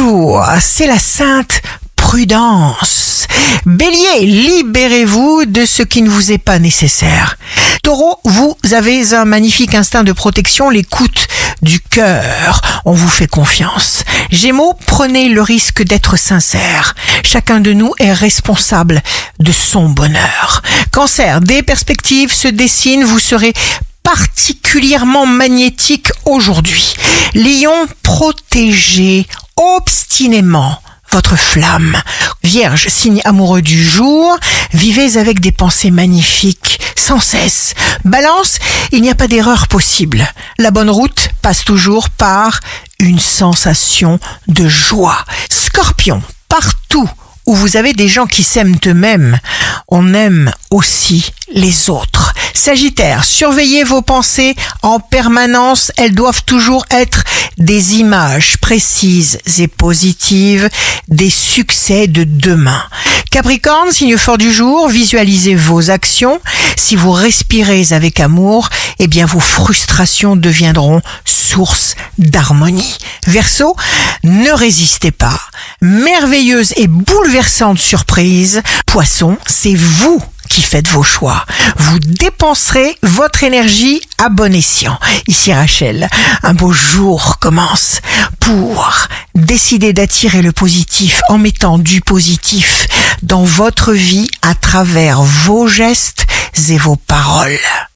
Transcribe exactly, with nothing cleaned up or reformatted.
jour, c'est la sainte prudence. Bélier, libérez-vous de ce qui ne vous est pas nécessaire. Taureau, vous avez un magnifique instinct de protection, l'écoute du cœur. On vous fait confiance. Gémeaux, prenez le risque d'être sincère. Chacun de nous est responsable de son bonheur. Cancer, des perspectives se dessinent, vous serez particulièrement magnétique aujourd'hui. Lion, protégez obstinément votre flamme. Vierge, signe amoureux du jour, vivez avec des pensées magnifiques, sans cesse. Balance, il n'y a pas d'erreur possible. La bonne route passe toujours par une sensation de joie. Scorpion, partout où vous avez des gens qui s'aiment eux-mêmes, on aime aussi les autres. Sagittaire, surveillez vos pensées en permanence, elles doivent toujours être des images précises et positives des succès de demain. Capricorne, signe fort du jour, visualisez vos actions. Si vous respirez avec amour, eh bien vos frustrations deviendront source d'harmonie. Verseau, ne résistez pas. Merveilleuse et bouleversante surprise. Poisson, c'est vous qui faites vos choix. Vous dépenserez votre énergie à bon escient. Ici Rachel, un beau jour commence pour décider d'attirer le positif en mettant du positif dans votre vie à travers vos gestes et vos paroles.